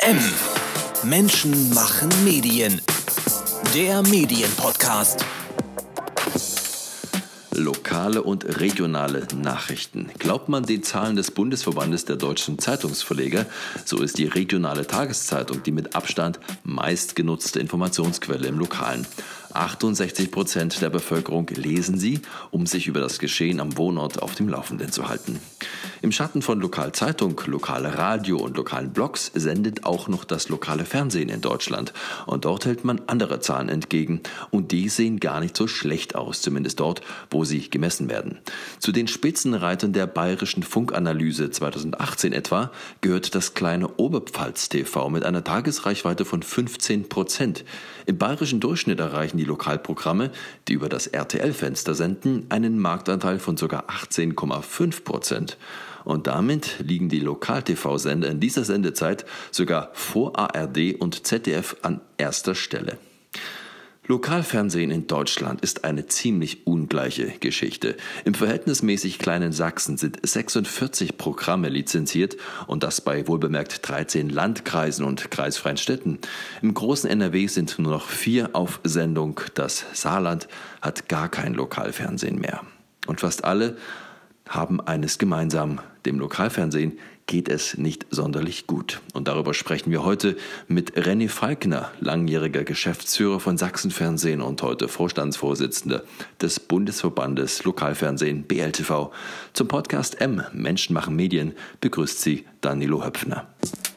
M. Menschen machen Medien. Der Medienpodcast. Lokale und regionale Nachrichten. Glaubt man den Zahlen des Bundesverbandes der deutschen Zeitungsverleger, so ist die regionale Tageszeitung die mit Abstand meistgenutzte Informationsquelle im Lokalen. 68% der Bevölkerung lesen sie, um sich über das Geschehen am Wohnort auf dem Laufenden zu halten. Im Schatten von Lokalzeitung, lokale Radio und lokalen Blogs sendet auch noch das lokale Fernsehen in Deutschland. Und dort hält man andere Zahlen entgegen. Und die sehen gar nicht so schlecht aus, zumindest dort, wo sie gemessen werden. Zu den Spitzenreitern der bayerischen Funkanalyse 2018 etwa gehört das kleine Oberpfalz TV mit einer Tagesreichweite von 15%. Im bayerischen Durchschnitt erreichen die Lokalprogramme, die über das RTL-Fenster senden, einen Marktanteil von sogar 18,5%. Und damit liegen die Lokal-TV-Sender in dieser Sendezeit sogar vor ARD und ZDF an erster Stelle. Lokalfernsehen in Deutschland ist eine ziemlich ungleiche Geschichte. Im verhältnismäßig kleinen Sachsen sind 46 Programme lizenziert und das bei wohlbemerkt 13 Landkreisen und kreisfreien Städten. Im großen NRW sind nur noch 4 auf Sendung. Das Saarland hat gar kein Lokalfernsehen mehr. Und fast alle haben eines gemeinsam: Dem Lokalfernsehen geht es nicht sonderlich gut. Und darüber sprechen wir heute mit René Falkner, langjähriger Geschäftsführer von Sachsenfernsehen und heute Vorstandsvorsitzender des Bundesverbandes Lokalfernsehen BLTV. Zum Podcast M, Menschen machen Medien, begrüßt Sie Danilo Höpfner.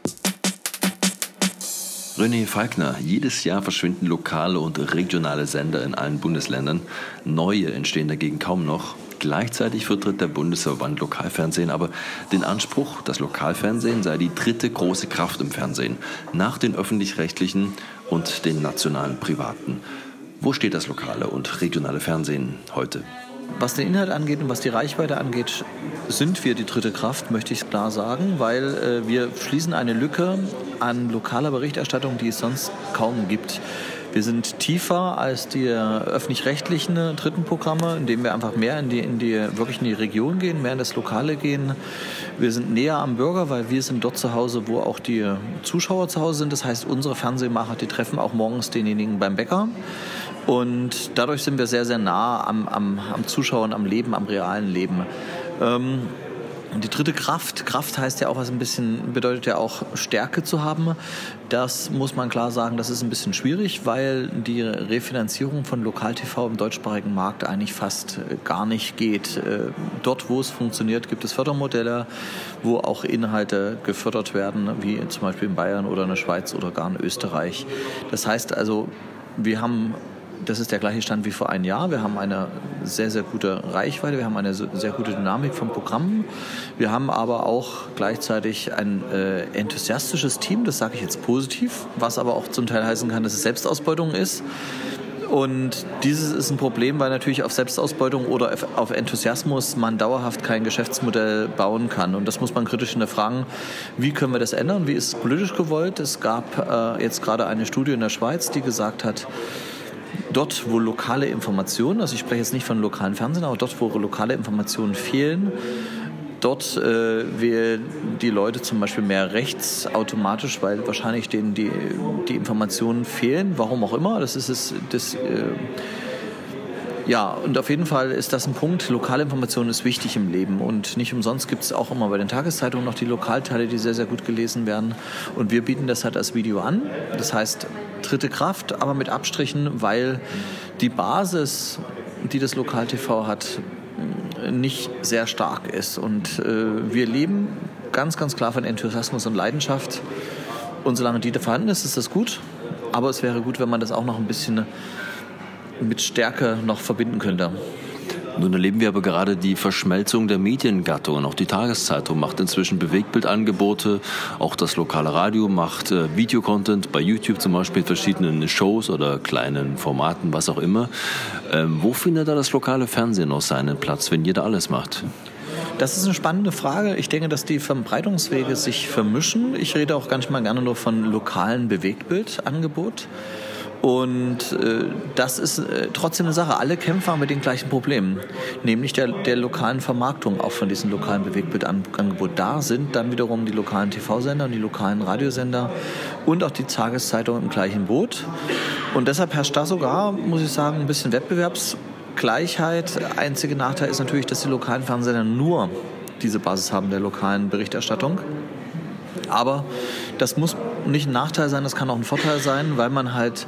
René Falkner, jedes Jahr verschwinden lokale und regionale Sender in allen Bundesländern. Neue entstehen dagegen kaum noch. Gleichzeitig vertritt der Bundesverband Lokalfernsehen aber den Anspruch, das Lokalfernsehen sei die dritte große Kraft im Fernsehen, nach den öffentlich-rechtlichen und den nationalen privaten. Wo steht das lokale und regionale Fernsehen heute? Was den Inhalt angeht und was die Reichweite angeht, sind wir die dritte Kraft, möchte ich klar sagen, weil wir schließen eine Lücke an lokaler Berichterstattung, die es sonst kaum gibt. Wir sind tiefer als die öffentlich-rechtlichen dritten Programme, indem wir einfach mehr wirklich in die Region gehen, mehr in das Lokale gehen. Wir sind näher am Bürger, weil wir sind dort zu Hause, wo auch die Zuschauer zu Hause sind. Das heißt, unsere Fernsehmacher, die treffen auch morgens denjenigen beim Bäcker. Und dadurch sind wir sehr, sehr nah am Zuschauer und am Leben, am realen Leben. Und die dritte Kraft heißt ja auch bedeutet ja auch Stärke zu haben. Das muss man klar sagen, das ist ein bisschen schwierig, weil die Refinanzierung von Lokal-TV im deutschsprachigen Markt eigentlich fast gar nicht geht. Dort, wo es funktioniert, gibt es Fördermodelle, wo auch Inhalte gefördert werden, wie zum Beispiel in Bayern oder in der Schweiz oder gar in Österreich. Das heißt also, das ist der gleiche Stand wie vor einem Jahr. Wir haben eine sehr, sehr gute Reichweite, wir haben eine sehr gute Dynamik von Programmen. Wir haben aber auch gleichzeitig ein enthusiastisches Team, das sage ich jetzt positiv, was aber auch zum Teil heißen kann, dass es Selbstausbeutung ist. Und dieses ist ein Problem, weil natürlich auf Selbstausbeutung oder auf Enthusiasmus man dauerhaft kein Geschäftsmodell bauen kann. Und das muss man kritisch hinterfragen. Wie können wir das ändern? Wie ist es politisch gewollt? Es gab jetzt gerade eine Studie in der Schweiz, die gesagt hat, dort, wo lokale Informationen, also ich spreche jetzt nicht von lokalen Fernsehen, aber dort, wo lokale Informationen fehlen, dort wählen die Leute zum Beispiel mehr rechts automatisch, weil wahrscheinlich denen die Informationen fehlen, warum auch immer. Und auf jeden Fall ist das ein Punkt. Lokale Information ist wichtig im Leben und nicht umsonst gibt es auch immer bei den Tageszeitungen noch die Lokalteile, die sehr, sehr gut gelesen werden. Und wir bieten das halt als Video an. Das heißt, dritte Kraft, aber mit Abstrichen, weil die Basis, die das Lokal-TV hat, nicht sehr stark ist. Und wir leben ganz, ganz klar von Enthusiasmus und Leidenschaft. Und solange die da vorhanden ist das gut. Aber es wäre gut, wenn man das auch noch ein bisschen mit Stärke noch verbinden könnte. Nun erleben wir aber gerade die Verschmelzung der Mediengattungen. Auch die Tageszeitung macht inzwischen Bewegtbildangebote. Auch das lokale Radio macht Videocontent, bei YouTube zum Beispiel, verschiedenen Shows oder kleinen Formaten, was auch immer. Wo findet da das lokale Fernsehen noch seinen Platz, wenn jeder alles macht? Das ist eine spannende Frage. Ich denke, dass die Verbreitungswege sich vermischen. Ich rede auch manchmal gerne nur von lokalen Bewegtbildangebot. Und das ist trotzdem eine Sache. Alle kämpfen mit den gleichen Problemen, nämlich der lokalen Vermarktung auch von diesem lokalen Bewegtbildangebot. Da sind dann wiederum die lokalen TV-Sender und die lokalen Radiosender und auch die Tageszeitung im gleichen Boot. Und deshalb herrscht da sogar, muss ich sagen, ein bisschen Wettbewerbsgleichheit. Einziger Nachteil ist natürlich, dass die lokalen Fernsehsender nur diese Basis haben der lokalen Berichterstattung. Aber das muss nicht ein Nachteil sein, das kann auch ein Vorteil sein, weil man halt,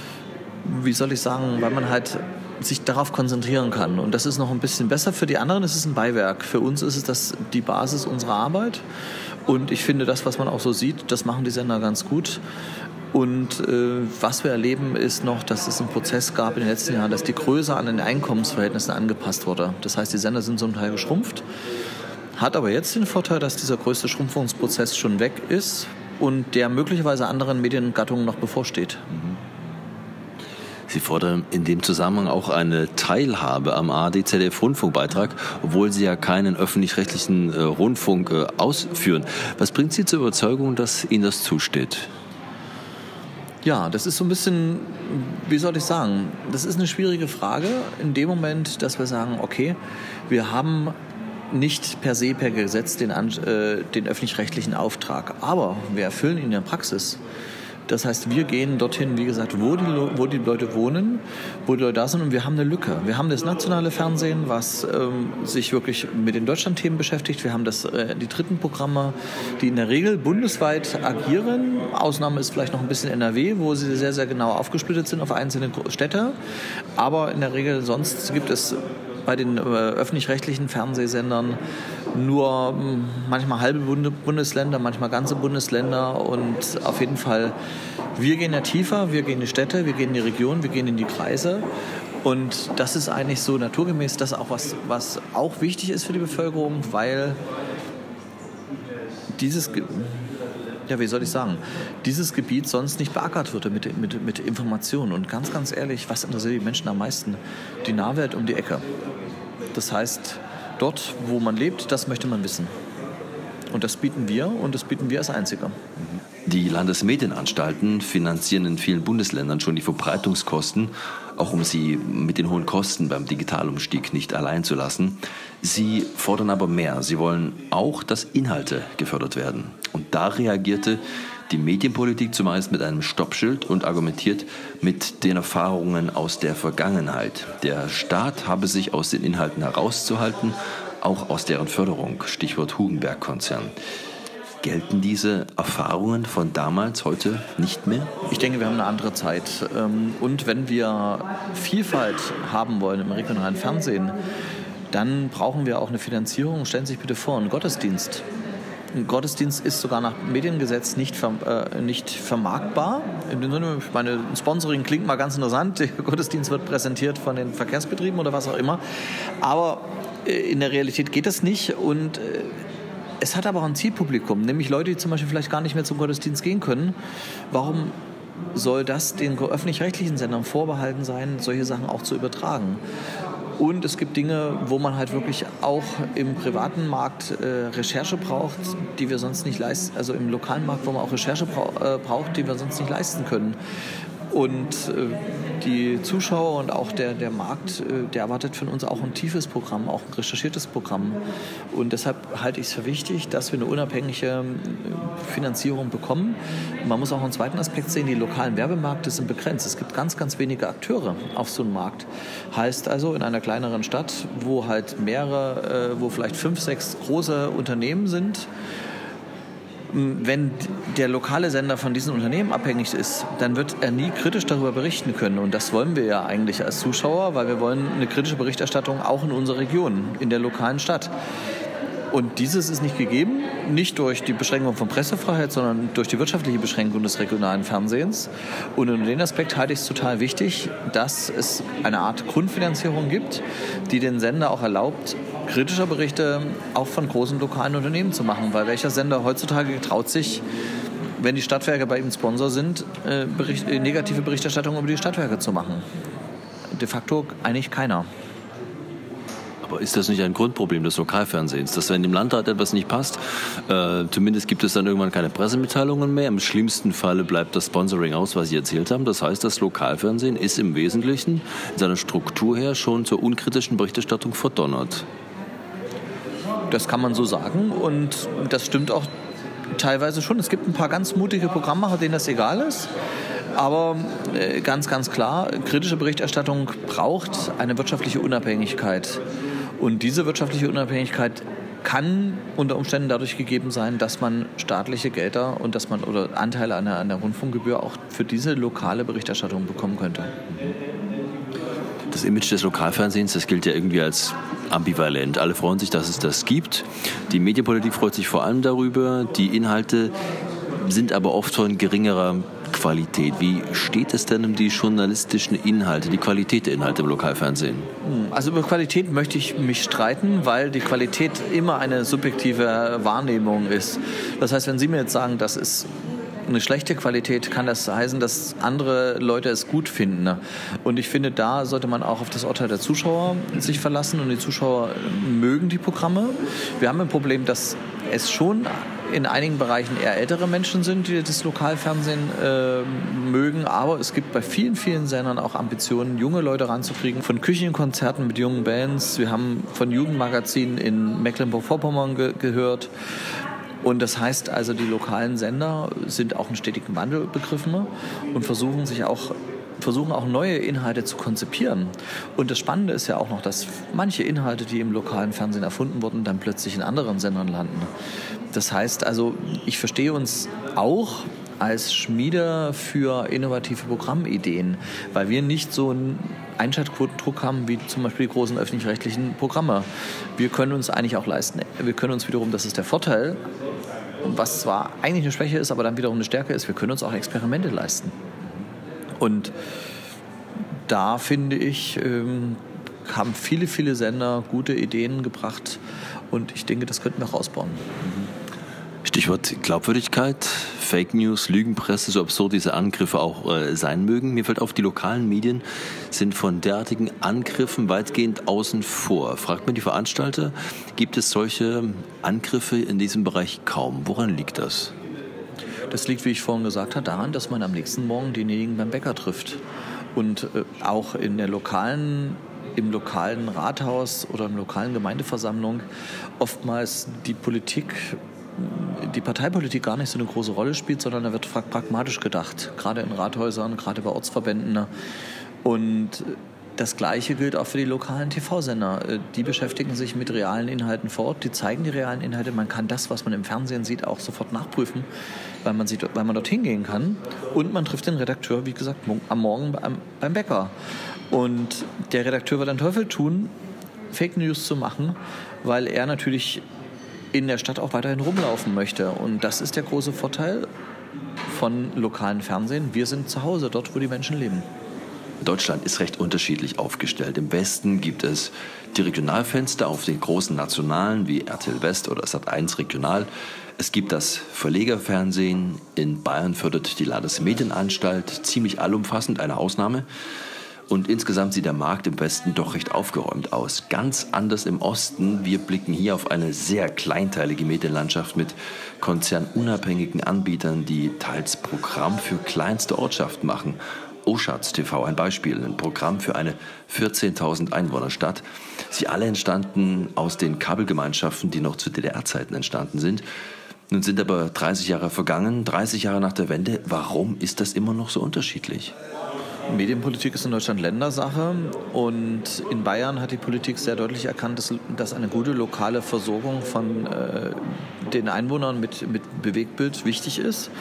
weil man halt sich darauf konzentrieren kann. Und das ist noch ein bisschen besser. Für die anderen ist es ein Beiwerk. Für uns ist es die Basis unserer Arbeit. Und ich finde, das, was man auch so sieht, das machen die Sender ganz gut. Und was wir erleben, ist noch, dass es einen Prozess gab in den letzten Jahren, dass die Größe an den Einkommensverhältnissen angepasst wurde. Das heißt, die Sender sind zum Teil geschrumpft. Hat aber jetzt den Vorteil, dass dieser größte Schrumpfungsprozess schon weg ist und der möglicherweise anderen Mediengattungen noch bevorsteht. Sie fordern in dem Zusammenhang auch eine Teilhabe am ARD-ZDF-Rundfunkbeitrag, obwohl Sie ja keinen öffentlich-rechtlichen Rundfunk ausführen. Was bringt Sie zur Überzeugung, dass Ihnen das zusteht? Ja, das ist so ein bisschen, das ist eine schwierige Frage in dem Moment, dass wir sagen, okay, wir haben nicht per Gesetz den öffentlich-rechtlichen Auftrag. Aber wir erfüllen ihn in der Praxis. Das heißt, wir gehen dorthin, wie gesagt, wo die Leute wohnen, wo die Leute da sind, und wir haben eine Lücke. Wir haben das nationale Fernsehen, was sich wirklich mit den Deutschlandthemen beschäftigt. Wir haben die dritten Programme, die in der Regel bundesweit agieren. Ausnahme ist vielleicht noch ein bisschen NRW, wo sie sehr, sehr genau aufgesplittet sind auf einzelne Städte. Aber in der Regel sonst gibt es bei den öffentlich-rechtlichen Fernsehsendern nur manchmal halbe Bundesländer, manchmal ganze Bundesländer, und auf jeden Fall, wir gehen ja tiefer, wir gehen in die Städte, wir gehen in die Region, wir gehen in die Kreise, und das ist eigentlich so naturgemäß das auch, was auch wichtig ist für die Bevölkerung, weil dieses Gebiet sonst nicht beackert würde mit Informationen. Und ganz, ganz ehrlich, was interessiert die Menschen am meisten? Die Nahwelt um die Ecke. Das heißt, dort, wo man lebt, das möchte man wissen. Und das bieten wir, und das bieten wir als Einziger. Die Landesmedienanstalten finanzieren in vielen Bundesländern schon die Verbreitungskosten, auch um sie mit den hohen Kosten beim Digitalumstieg nicht allein zu lassen. Sie fordern aber mehr. Sie wollen auch, dass Inhalte gefördert werden. Und da reagierte die Medienpolitik zumeist mit einem Stoppschild und argumentiert mit den Erfahrungen aus der Vergangenheit. Der Staat habe sich aus den Inhalten herauszuhalten, auch aus deren Förderung. Stichwort Hugenberg-Konzern. Gelten diese Erfahrungen von damals heute nicht mehr? Ich denke, wir haben eine andere Zeit. Und wenn wir Vielfalt haben wollen im regionalen Fernsehen, dann brauchen wir auch eine Finanzierung. Stellen Sie sich bitte vor, ein Gottesdienst. Ein Gottesdienst ist sogar nach Mediengesetz nicht vermarktbar. Ich meine, ein Sponsoring klingt mal ganz interessant. Der Gottesdienst wird präsentiert von den Verkehrsbetrieben oder was auch immer. Aber in der Realität geht das nicht. Und es hat aber auch ein Zielpublikum, nämlich Leute, die zum Beispiel vielleicht gar nicht mehr zum Gottesdienst gehen können. Warum soll das den öffentlich-rechtlichen Sendern vorbehalten sein, solche Sachen auch zu übertragen? Und es gibt Dinge, wo man halt wirklich auch im privaten Markt Recherche braucht, die wir sonst nicht leisten, also im lokalen Markt, wo man auch Recherche braucht, die wir sonst nicht leisten können. Und die Zuschauer und auch der Markt, der erwartet von uns auch ein tiefes Programm, auch ein recherchiertes Programm. Und deshalb halte ich es für wichtig, dass wir eine unabhängige Finanzierung bekommen. Man muss auch einen zweiten Aspekt sehen, die lokalen Werbemärkte sind begrenzt. Es gibt ganz, ganz wenige Akteure auf so einem Markt. Heißt also, in einer kleineren Stadt, wo halt wo vielleicht 5, 6 große Unternehmen sind, wenn der lokale Sender von diesen Unternehmen abhängig ist, dann wird er nie kritisch darüber berichten können. Und das wollen wir ja eigentlich als Zuschauer, weil wir wollen eine kritische Berichterstattung auch in unserer Region, in der lokalen Stadt. Und dieses ist nicht gegeben, nicht durch die Beschränkung von Pressefreiheit, sondern durch die wirtschaftliche Beschränkung des regionalen Fernsehens. Und unter dem Aspekt halte ich es total wichtig, dass es eine Art Grundfinanzierung gibt, die den Sender auch erlaubt, kritische Berichte auch von großen lokalen Unternehmen zu machen. Weil welcher Sender heutzutage getraut sich, wenn die Stadtwerke bei ihm Sponsor sind, negative Berichterstattung über die Stadtwerke zu machen? De facto eigentlich keiner. Aber ist das nicht ein Grundproblem des Lokalfernsehens, dass wenn dem Landrat etwas nicht passt, zumindest gibt es dann irgendwann keine Pressemitteilungen mehr, im schlimmsten Falle bleibt das Sponsoring aus, was Sie erzählt haben. Das heißt, das Lokalfernsehen ist im Wesentlichen in seiner Struktur her schon zur unkritischen Berichterstattung verdonnert. Das kann man so sagen und das stimmt auch teilweise schon. Es gibt ein paar ganz mutige Programmmacher, denen das egal ist. Aber ganz, ganz klar, kritische Berichterstattung braucht eine wirtschaftliche Unabhängigkeit. Und diese wirtschaftliche Unabhängigkeit kann unter Umständen dadurch gegeben sein, dass man staatliche Gelder und dass man oder Anteile an der Rundfunkgebühr auch für diese lokale Berichterstattung bekommen könnte. Das Image des Lokalfernsehens, das gilt ja irgendwie als ambivalent. Alle freuen sich, dass es das gibt. Die Medienpolitik freut sich vor allem darüber. Die Inhalte sind aber oft von geringerer Qualität. Wie steht es denn um die journalistischen Inhalte, die Qualität der Inhalte im Lokalfernsehen? Also über Qualität möchte ich mich streiten, weil die Qualität immer eine subjektive Wahrnehmung ist. Das heißt, wenn Sie mir jetzt sagen, das ist eine schlechte Qualität, kann das heißen, dass andere Leute es gut finden. Und ich finde, da sollte man auch auf das Urteil der Zuschauer sich verlassen und die Zuschauer mögen die Programme. Wir haben ein Problem, dass es schon in einigen Bereichen eher ältere Menschen sind, die das Lokalfernsehen mögen, aber es gibt bei vielen, vielen Sendern auch Ambitionen, junge Leute ranzukriegen. Von Küchenkonzerten mit jungen Bands, wir haben von Jugendmagazinen in Mecklenburg-Vorpommern gehört. Und das heißt also, die lokalen Sender sind auch einen stetigen Wandel begriffen und versuchen auch neue Inhalte zu konzipieren. Und das Spannende ist ja auch noch, dass manche Inhalte, die im lokalen Fernsehen erfunden wurden, dann plötzlich in anderen Sendern landen. Das heißt also, ich verstehe uns auch als Schmiede für innovative Programmideen, weil wir nicht so einen Einschaltquotendruck haben wie zum Beispiel die großen öffentlich-rechtlichen Programme. Wir können uns eigentlich auch leisten, wir können uns wiederum, das ist der Vorteil, was zwar eigentlich eine Schwäche ist, aber dann wiederum eine Stärke ist, wir können uns auch Experimente leisten. Und da finde ich, haben viele, viele Sender gute Ideen gebracht und ich denke, das könnten wir auch ausbauen. Stichwort Glaubwürdigkeit, Fake News, Lügenpresse, so absurd diese Angriffe auch sein mögen. Mir fällt auf, die lokalen Medien sind von derartigen Angriffen weitgehend außen vor. Fragt man die Veranstalter, gibt es solche Angriffe in diesem Bereich kaum? Woran liegt das? Das liegt, wie ich vorhin gesagt habe, daran, dass man am nächsten Morgen denjenigen beim Bäcker trifft. Und auch im lokalen Rathaus oder in der lokalen Gemeindeversammlung oftmals die Parteipolitik gar nicht so eine große Rolle spielt, sondern da wird pragmatisch gedacht, gerade in Rathäusern, gerade bei Ortsverbänden. Und das Gleiche gilt auch für die lokalen TV-Sender. Die beschäftigen sich mit realen Inhalten vor Ort, die zeigen die realen Inhalte. Man kann das, was man im Fernsehen sieht, auch sofort nachprüfen, weil man dorthin gehen kann. Und man trifft den Redakteur, wie gesagt, am Morgen beim Bäcker. Und der Redakteur wird einen Teufel tun, Fake News zu machen, weil er natürlich in der Stadt auch weiterhin rumlaufen möchte. Und das ist der große Vorteil von lokalen Fernsehen. Wir sind zu Hause, dort, wo die Menschen leben. Deutschland ist recht unterschiedlich aufgestellt. Im Westen gibt es die Regionalfenster auf den großen Nationalen wie RTL West oder Sat.1 Regional. Es gibt das Verlegerfernsehen. In Bayern fördert die Landesmedienanstalt ziemlich allumfassend, eine Ausnahme. Und insgesamt sieht der Markt im Westen doch recht aufgeräumt aus. Ganz anders im Osten. Wir blicken hier auf eine sehr kleinteilige Medienlandschaft mit konzernunabhängigen Anbietern, die teils Programm für kleinste Ortschaften machen. Oschatz TV, ein Beispiel, ein Programm für eine 14.000 Einwohnerstadt. Sie alle entstanden aus den Kabelgemeinschaften, die noch zu DDR-Zeiten entstanden sind. Nun sind aber 30 Jahre vergangen, 30 Jahre nach der Wende. Warum ist das immer noch so unterschiedlich? Medienpolitik ist in Deutschland Ländersache und in Bayern hat die Politik sehr deutlich erkannt, dass eine gute lokale Versorgung von den Einwohnern mit Bewegtbild wichtig ist.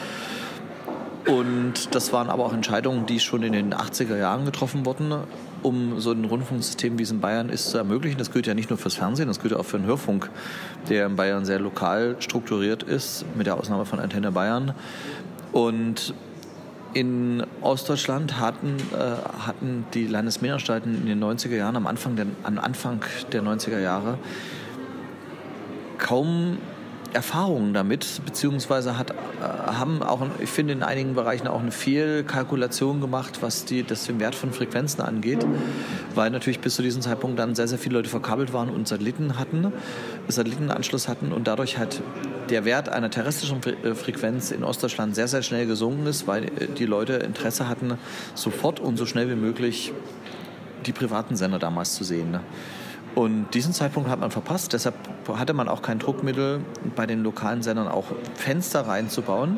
Und das waren aber auch Entscheidungen, die schon in den 80er Jahren getroffen wurden, um so ein Rundfunksystem, wie es in Bayern ist, zu ermöglichen. Das gilt ja nicht nur fürs Fernsehen, das gilt auch für den Hörfunk, der in Bayern sehr lokal strukturiert ist, mit der Ausnahme von Antenne Bayern. Und in Ostdeutschland hatten die Landesmedienanstalten in den 90er Jahren, am Anfang der 90er Jahre, kaum Erfahrungen damit, beziehungsweise haben auch, ich finde, in einigen Bereichen auch eine Fehlkalkulation gemacht, was den Wert von Frequenzen angeht, weil natürlich bis zu diesem Zeitpunkt dann sehr, sehr viele Leute verkabelt waren und Satellitenanschluss hatten und dadurch halt der Wert einer terrestrischen Frequenz in Ostdeutschland sehr, sehr schnell gesunken ist, weil die Leute Interesse hatten, sofort und so schnell wie möglich die privaten Sender damals zu sehen. Und diesen Zeitpunkt hat man verpasst, deshalb hatte man auch kein Druckmittel, bei den lokalen Sendern auch Fenster reinzubauen.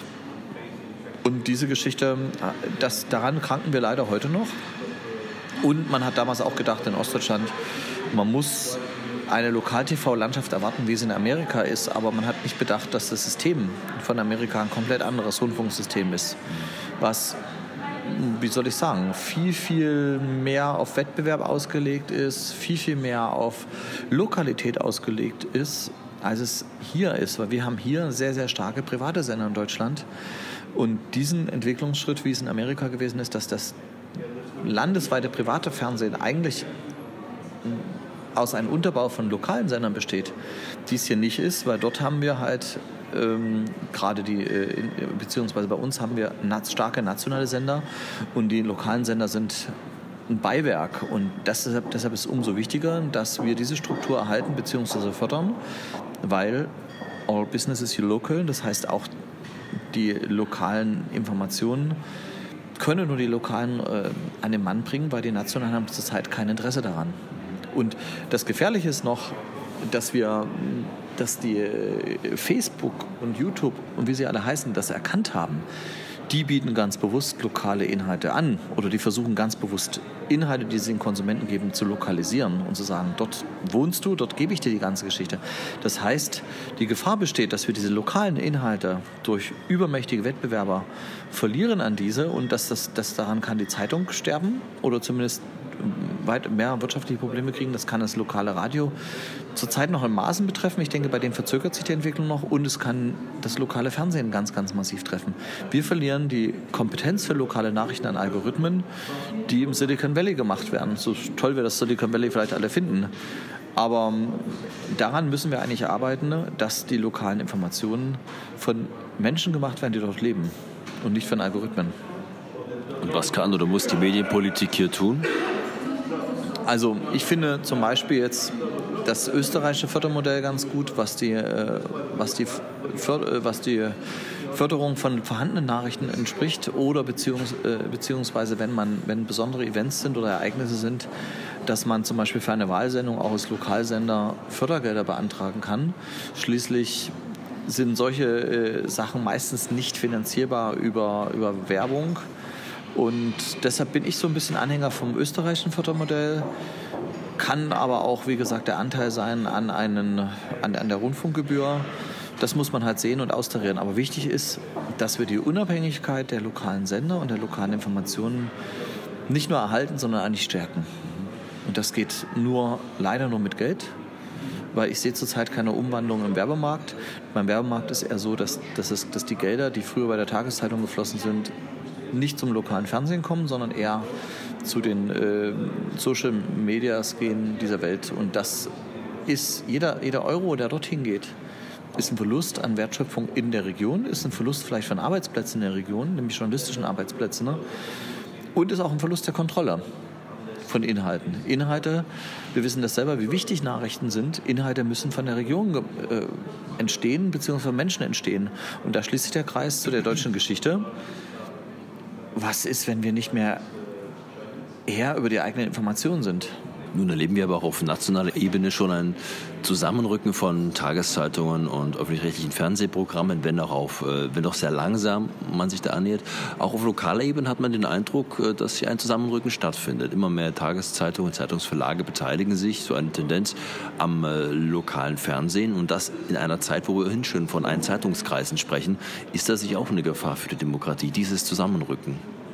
Und diese Geschichte, daran kranken wir leider heute noch. Und man hat damals auch gedacht in Ostdeutschland, man muss eine Lokal-TV-Landschaft erwarten, wie es in Amerika ist, aber man hat nicht bedacht, dass das System von Amerika ein komplett anderes Rundfunksystem ist, was, wie soll ich sagen, viel, viel mehr auf Wettbewerb ausgelegt ist, viel, viel mehr auf Lokalität ausgelegt ist, als es hier ist. Weil wir haben hier sehr, sehr starke private Sender in Deutschland. Und diesen Entwicklungsschritt, wie es in Amerika gewesen ist, dass das landesweite private Fernsehen eigentlich aus einem Unterbau von lokalen Sendern besteht, dies hier nicht ist, weil dort haben wir halt gerade beziehungsweise bei uns haben wir starke nationale Sender und die lokalen Sender sind ein Beiwerk. Und deshalb ist es umso wichtiger, dass wir diese Struktur erhalten bzw. fördern, weil all business is local, das heißt auch die lokalen Informationen können nur die Lokalen an den Mann bringen, weil die Nationalen haben zurzeit kein Interesse daran. Und das Gefährliche ist noch, dass die Facebook und YouTube und wie sie alle heißen, das erkannt haben. Die bieten ganz bewusst lokale Inhalte an oder die versuchen ganz bewusst Inhalte, die sie den Konsumenten geben, zu lokalisieren und zu sagen, dort wohnst du, dort gebe ich dir die ganze Geschichte. Das heißt, die Gefahr besteht, dass wir diese lokalen Inhalte durch übermächtige Wettbewerber verlieren an diese und dass daran kann die Zeitung sterben oder zumindest weit mehr wirtschaftliche Probleme kriegen. Das kann das lokale Radio zurzeit noch in Maßen betreffen. Ich denke, bei denen verzögert sich die Entwicklung noch und es kann das lokale Fernsehen ganz, ganz massiv treffen. Wir verlieren die Kompetenz für lokale Nachrichten an Algorithmen, die im Silicon Valley gemacht werden. So toll wir das Silicon Valley vielleicht alle finden. Aber daran müssen wir eigentlich arbeiten, dass die lokalen Informationen von Menschen gemacht werden, die dort leben und nicht von Algorithmen. Und was kann oder muss die Medienpolitik hier tun? Also ich finde zum Beispiel jetzt das österreichische Fördermodell ganz gut, was die Förderung von vorhandenen Nachrichten entspricht oder beziehungsweise wenn besondere Events sind oder Ereignisse sind, dass man zum Beispiel für eine Wahlsendung auch als Lokalsender Fördergelder beantragen kann. Schließlich sind solche Sachen meistens nicht finanzierbar über Werbung. Und deshalb bin ich so ein bisschen Anhänger vom österreichischen Fördermodell, kann aber auch, wie gesagt, der Anteil sein an der Rundfunkgebühr. Das muss man halt sehen und austarieren. Aber wichtig ist, dass wir die Unabhängigkeit der lokalen Sender und der lokalen Informationen nicht nur erhalten, sondern eigentlich stärken. Und das geht leider nur mit Geld, weil ich sehe zurzeit keine Umwandlung im Werbemarkt. Beim Werbemarkt ist eher so, dass die Gelder, die früher bei der Tageszeitung geflossen sind, nicht zum lokalen Fernsehen kommen, sondern eher zu den Social Medias gehen dieser Welt. Und das ist jeder Euro, der dorthin geht, ist ein Verlust an Wertschöpfung in der Region, ist ein Verlust vielleicht von Arbeitsplätzen in der Region, nämlich journalistischen Arbeitsplätzen, ne? Und ist auch ein Verlust der Kontrolle von Inhalten. Inhalte, wir wissen das selber, wie wichtig Nachrichten sind. Inhalte müssen von der Region entstehen, beziehungsweise von Menschen entstehen. Und da schließt sich der Kreis zu der deutschen Geschichte. Was ist, wenn wir nicht mehr Herr über die eigenen Informationen sind? Nun erleben wir aber auch auf nationaler Ebene schon ein Zusammenrücken von Tageszeitungen und öffentlich-rechtlichen Fernsehprogrammen, wenn auch sehr langsam man sich da annähert. Auch auf lokaler Ebene hat man den Eindruck, dass hier ein Zusammenrücken stattfindet. Immer mehr Tageszeitungen, Zeitungsverlage beteiligen sich, so eine Tendenz am lokalen Fernsehen. Und das in einer Zeit, wo wir ohnehin schon von Einzeitungskreisen sprechen, ist das sicher auch eine Gefahr für die Demokratie, dieses Zusammenrücken.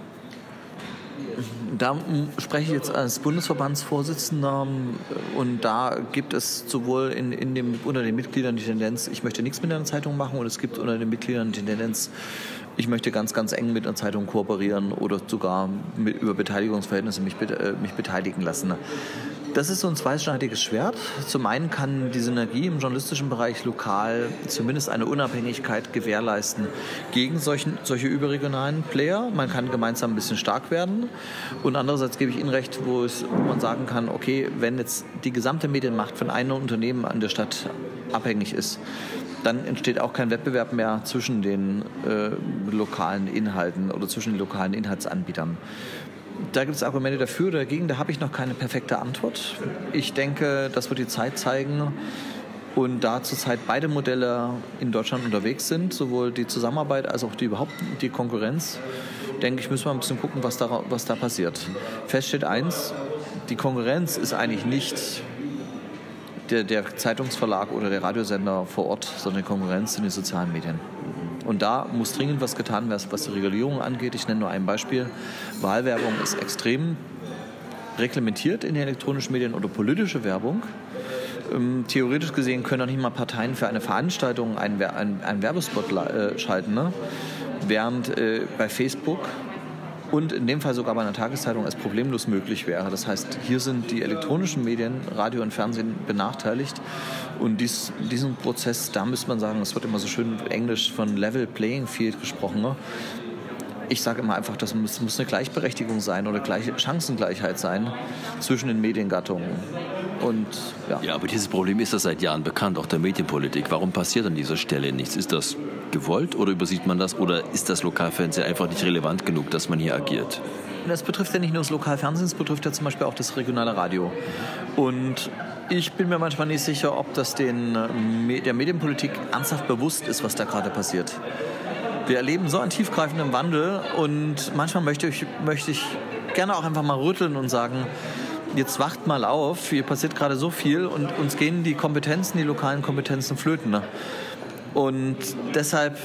Da spreche ich jetzt als Bundesverbandsvorsitzender und da gibt es sowohl unter den Mitgliedern die Tendenz, ich möchte nichts mit einer Zeitung machen, und es gibt unter den Mitgliedern die Tendenz, ich möchte ganz, ganz eng mit einer Zeitung kooperieren oder sogar über Beteiligungsverhältnisse mich beteiligen lassen. Das ist so ein zweischneidiges Schwert. Zum einen kann die Synergie im journalistischen Bereich lokal zumindest eine Unabhängigkeit gewährleisten gegen solche überregionalen Player. Man kann gemeinsam ein bisschen stark werden. Und andererseits gebe ich Ihnen recht, wo man sagen kann, okay, wenn jetzt die gesamte Medienmacht von einem Unternehmen an der Stadt abhängig ist, dann entsteht auch kein Wettbewerb mehr zwischen den lokalen Inhalten oder zwischen den lokalen Inhaltsanbietern. Da gibt es Argumente dafür oder dagegen, da habe ich noch keine perfekte Antwort. Ich denke, das wird die Zeit zeigen. Und da zurzeit beide Modelle in Deutschland unterwegs sind, sowohl die Zusammenarbeit als auch die Konkurrenz, denke ich, müssen wir ein bisschen gucken, was da passiert. Fest steht eins, die Konkurrenz ist eigentlich nicht der Zeitungsverlag oder der Radiosender vor Ort, sondern die Konkurrenz sind die sozialen Medien. Und da muss dringend was getan werden, was die Regulierung angeht. Ich nenne nur ein Beispiel. Wahlwerbung ist extrem reglementiert in den elektronischen Medien oder politische Werbung. Theoretisch gesehen können auch nicht mal Parteien für eine Veranstaltung einen Werbespot schalten, ne? Während bei Facebook und in dem Fall sogar bei einer Tageszeitung es problemlos möglich wäre. Das heißt, hier sind die elektronischen Medien, Radio und Fernsehen, benachteiligt. Und diesen Prozess, da müsste man sagen, es wird immer so schön Englisch von Level Playing Field gesprochen. Ne? Ich sage immer einfach, das muss eine Gleichberechtigung sein oder Chancengleichheit sein zwischen den Mediengattungen. Und, ja, aber dieses Problem ist ja seit Jahren bekannt, auch der Medienpolitik. Warum passiert an dieser Stelle nichts? Ist das gewollt oder übersieht man das? Oder ist das Lokalfernsehen einfach nicht relevant genug, dass man hier agiert? Das betrifft ja nicht nur das Lokalfernsehen, es betrifft ja zum Beispiel auch das regionale Radio. Und ich bin mir manchmal nicht sicher, ob das der Medienpolitik ernsthaft bewusst ist, was da gerade passiert. Wir erleben so einen tiefgreifenden Wandel und manchmal möchte ich gerne auch einfach mal rütteln und sagen, jetzt wacht mal auf, hier passiert gerade so viel und uns gehen die lokalen Kompetenzen flöten. Ne? Und deshalb,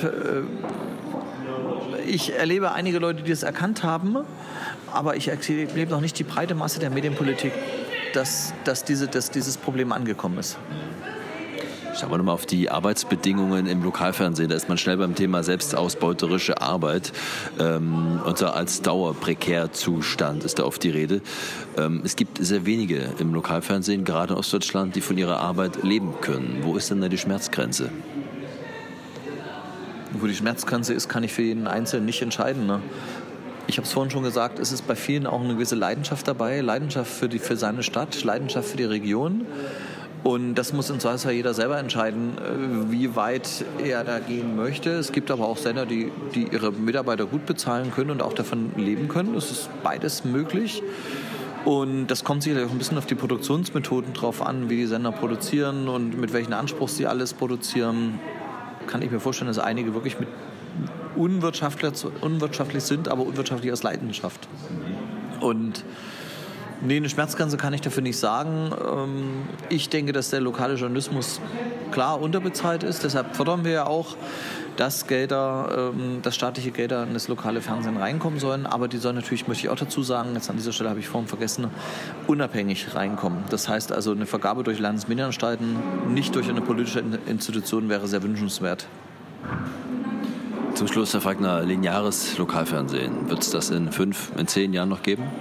ich erlebe einige Leute, die das erkannt haben, aber ich erlebe noch nicht die breite Masse der Medienpolitik, dass dieses Problem angekommen ist. Schauen wir nochmal auf die Arbeitsbedingungen im Lokalfernsehen. Da ist man schnell beim Thema selbstausbeuterische Arbeit. Und zwar als Dauerprekärzustand ist da oft die Rede. Es gibt sehr wenige im Lokalfernsehen, gerade in Ostdeutschland, die von ihrer Arbeit leben können. Wo ist denn da die Schmerzgrenze? Wo die Schmerzgrenze ist, kann ich für jeden Einzelnen nicht entscheiden. Ne? Ich habe es vorhin schon gesagt, es ist bei vielen auch eine gewisse Leidenschaft dabei. Leidenschaft für seine Stadt, Leidenschaft für die Region. Und das muss in Zweifelsfall jeder selber entscheiden, wie weit er da gehen möchte. Es gibt aber auch Sender, die ihre Mitarbeiter gut bezahlen können und auch davon leben können. Es ist beides möglich. Und das kommt sicherlich auch ein bisschen auf die Produktionsmethoden drauf an, wie die Sender produzieren und mit welchen Anspruch sie alles produzieren. Kann ich mir vorstellen, dass einige wirklich mit unwirtschaftlich sind, aber unwirtschaftlich aus Leidenschaft. Und eine Schmerzgrenze kann ich dafür nicht sagen. Ich denke, dass der lokale Journalismus klar unterbezahlt ist. Deshalb fördern wir ja auch, dass staatliche Gelder in das lokale Fernsehen reinkommen sollen. Aber die sollen natürlich, möchte ich auch dazu sagen, jetzt an dieser Stelle habe ich vorhin vergessen, unabhängig reinkommen. Das heißt also, eine Vergabe durch Landesmedienanstalten, nicht durch eine politische Institution, wäre sehr wünschenswert. Zum Schluss, Herr Falkner, lineares Lokalfernsehen. Wird es das in 5, in 10 Jahren noch geben?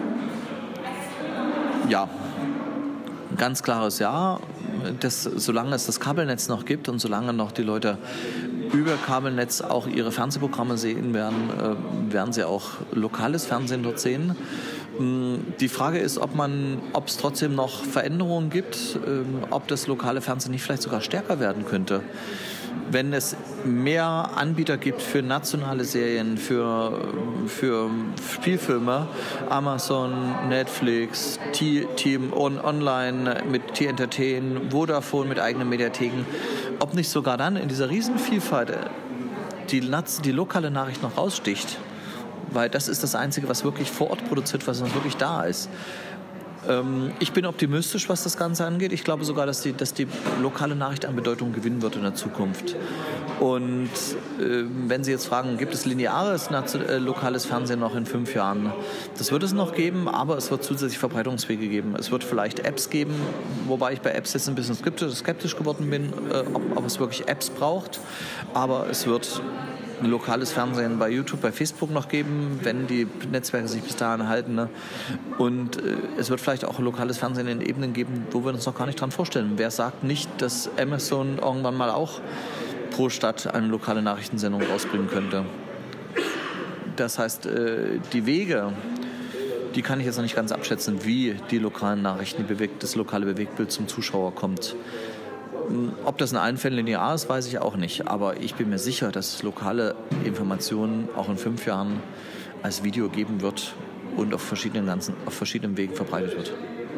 Ja, ein ganz klares Ja. Solange es das Kabelnetz noch gibt und solange noch die Leute über Kabelnetz auch ihre Fernsehprogramme sehen werden, werden sie auch lokales Fernsehen dort sehen. Die Frage ist, ob es trotzdem noch Veränderungen gibt, ob das lokale Fernsehen nicht vielleicht sogar stärker werden könnte. Wenn es mehr Anbieter gibt für nationale Serien, für Spielfilme, Amazon, Netflix, Team Online mit T-Entertain, Vodafone mit eigenen Mediatheken, ob nicht sogar dann in dieser Riesenvielfalt die lokale Nachricht noch raussticht, weil das ist das Einzige, was wirklich vor Ort produziert, was noch wirklich da ist. Ich bin optimistisch, was das Ganze angeht. Ich glaube sogar, dass die lokale Nachricht an Bedeutung gewinnen wird in der Zukunft. Und wenn Sie jetzt fragen, gibt es lineares lokales Fernsehen noch in 5 Jahren? Das wird es noch geben, aber es wird zusätzlich Verbreitungswege geben. Es wird vielleicht Apps geben, wobei ich bei Apps jetzt ein bisschen skeptisch geworden bin, ob es wirklich Apps braucht. Aber es wird ein lokales Fernsehen bei YouTube, bei Facebook noch geben, wenn die Netzwerke sich bis dahin halten. Ne? Und es wird vielleicht auch ein lokales Fernsehen in Ebenen geben, wo wir uns noch gar nicht dran vorstellen. Wer sagt nicht, dass Amazon irgendwann mal auch pro Stadt eine lokale Nachrichtensendung rausbringen könnte? Das heißt, die Wege, die kann ich jetzt noch nicht ganz abschätzen, wie die lokalen Nachrichten, das lokale Bewegtbild zum Zuschauer kommt. Ob das in allen Fällen linear ist, weiß ich auch nicht. Aber ich bin mir sicher, dass es lokale Informationen auch in 5 Jahren als Video geben wird und auf verschiedenen Wegen verbreitet wird.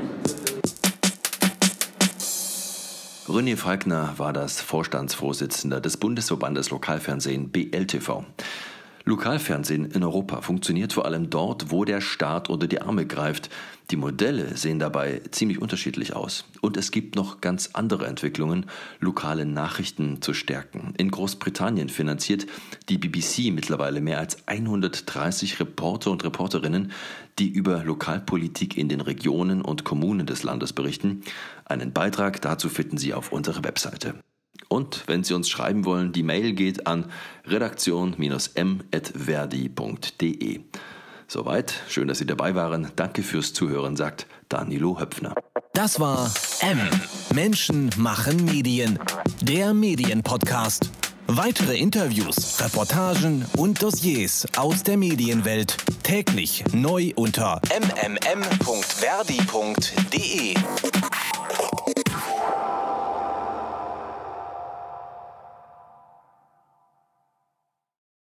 René Falkner war das Vorstandsvorsitzender des Bundesverbandes Lokalfernsehen BLTV. Lokalfernsehen in Europa funktioniert vor allem dort, wo der Staat unter die Arme greift. Die Modelle sehen dabei ziemlich unterschiedlich aus. Und es gibt noch ganz andere Entwicklungen, lokale Nachrichten zu stärken. In Großbritannien finanziert die BBC mittlerweile mehr als 130 Reporter und Reporterinnen, die über Lokalpolitik in den Regionen und Kommunen des Landes berichten. Einen Beitrag dazu finden Sie auf unserer Webseite. Und wenn Sie uns schreiben wollen, die Mail geht an redaktion-m@verdi.de. Soweit, schön, dass Sie dabei waren. Danke fürs Zuhören, sagt Danilo Höpfner. Das war M. Menschen machen Medien. Der Medienpodcast. Weitere Interviews, Reportagen und Dossiers aus der Medienwelt täglich neu unter mmm.verdi.de.